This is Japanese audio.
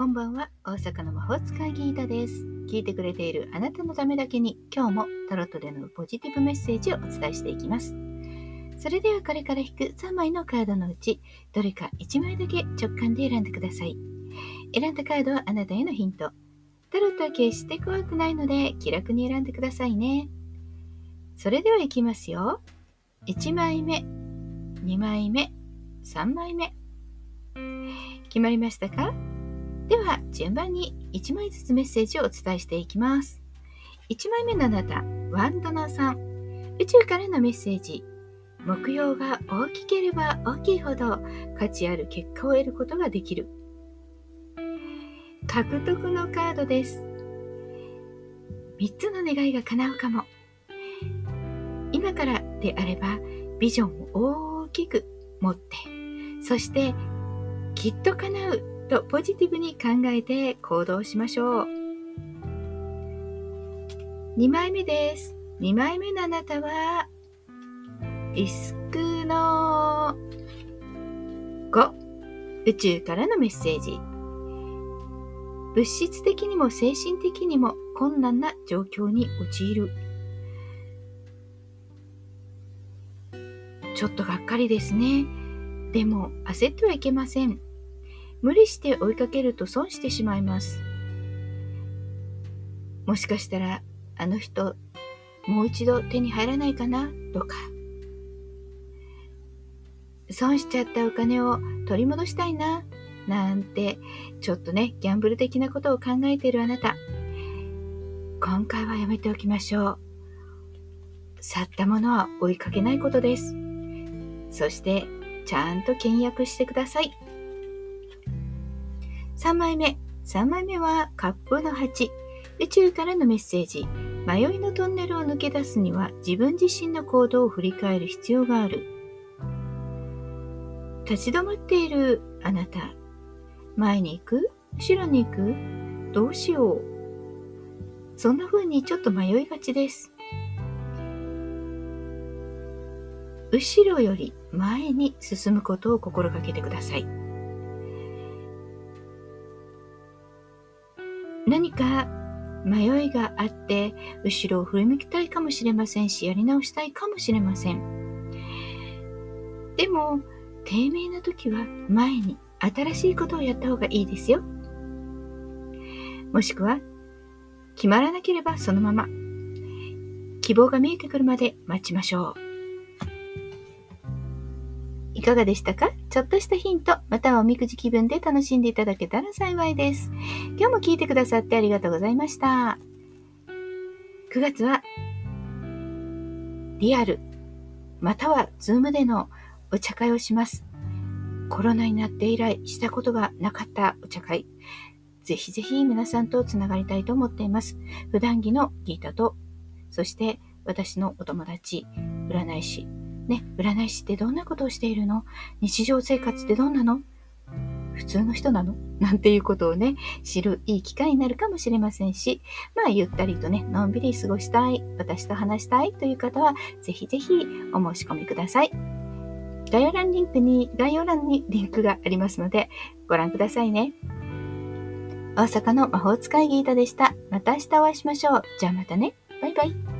んばんは、大阪の魔法使いギータです。聞いてくれているあなたのためだけに、今日もタロットでのポジティブメッセージをお伝えしていきます。それではこれから引く3枚のカードのうち、どれか1枚だけ直感で選んでください。選んだカードはあなたへのヒント。タロットは決して怖くないので、気楽に選んでくださいね。それではいきますよ。1枚目、2枚目、3枚目。決まりましたか？では順番に1枚ずつメッセージをお伝えしていきます。1枚目のあなた、ワンドの3、宇宙からのメッセージ。目標が大きければ大きいほど価値ある結果を得ることができる。獲得のカードです。3つの願いが叶うかも。今からであればビジョンを大きく持って、そしてきっと叶うとポジティブに考えて行動しましょう。2枚目です。2枚目のあなたはリスクの5、宇宙からのメッセージ。物質的にも精神的にも困難な状況に陥る。ちょっとがっかりですね。でも焦ってはいけません。無理して追いかけると損してしまいます。もしかしたらあの人もう一度手に入らないかなとか、損しちゃったお金を取り戻したいななんて、ちょっとねギャンブル的なことを考えているあなた、今回はやめておきましょう。去ったものは追いかけないことです。そしてちゃんと倹約してください。3枚目はカップの8、宇宙からのメッセージ。迷いのトンネルを抜け出すには自分自身の行動を振り返る必要がある。立ち止まっているあなた、前に行く？後ろに行く？どうしよう？そんな風にちょっと迷いがちです。後ろより前に進むことを心がけてください。何か迷いがあって後ろを振り向きたいかもしれませんし、やり直したいかもしれません。でも低迷な時は前に新しいことをやった方がいいですよ。もしくは決まらなければそのまま希望が見えてくるまで待ちましょう。いかがでしたか？ちょっとしたヒント、またはおみくじ気分で楽しんでいただけたら幸いです。今日も聞いてくださってありがとうございました。9月はリアルまたはズームでのお茶会をします。コロナになって以来したことがなかったお茶会、ぜひぜひ皆さんとつながりたいと思っています。普段着のギータと、そして私のお友達、占い師ね、占い師ってどんなことをしているの？日常生活ってどんなの？普通の人なの？なんていうことをね、知るいい機会になるかもしれませんし、ゆったりとね、のんびり過ごしたい、私と話したいという方は、ぜひぜひお申し込みください。概要欄にリンクがありますので、ご覧くださいね。大阪の魔法使いギータでした。また明日お会いしましょう。じゃあまたね。バイバイ。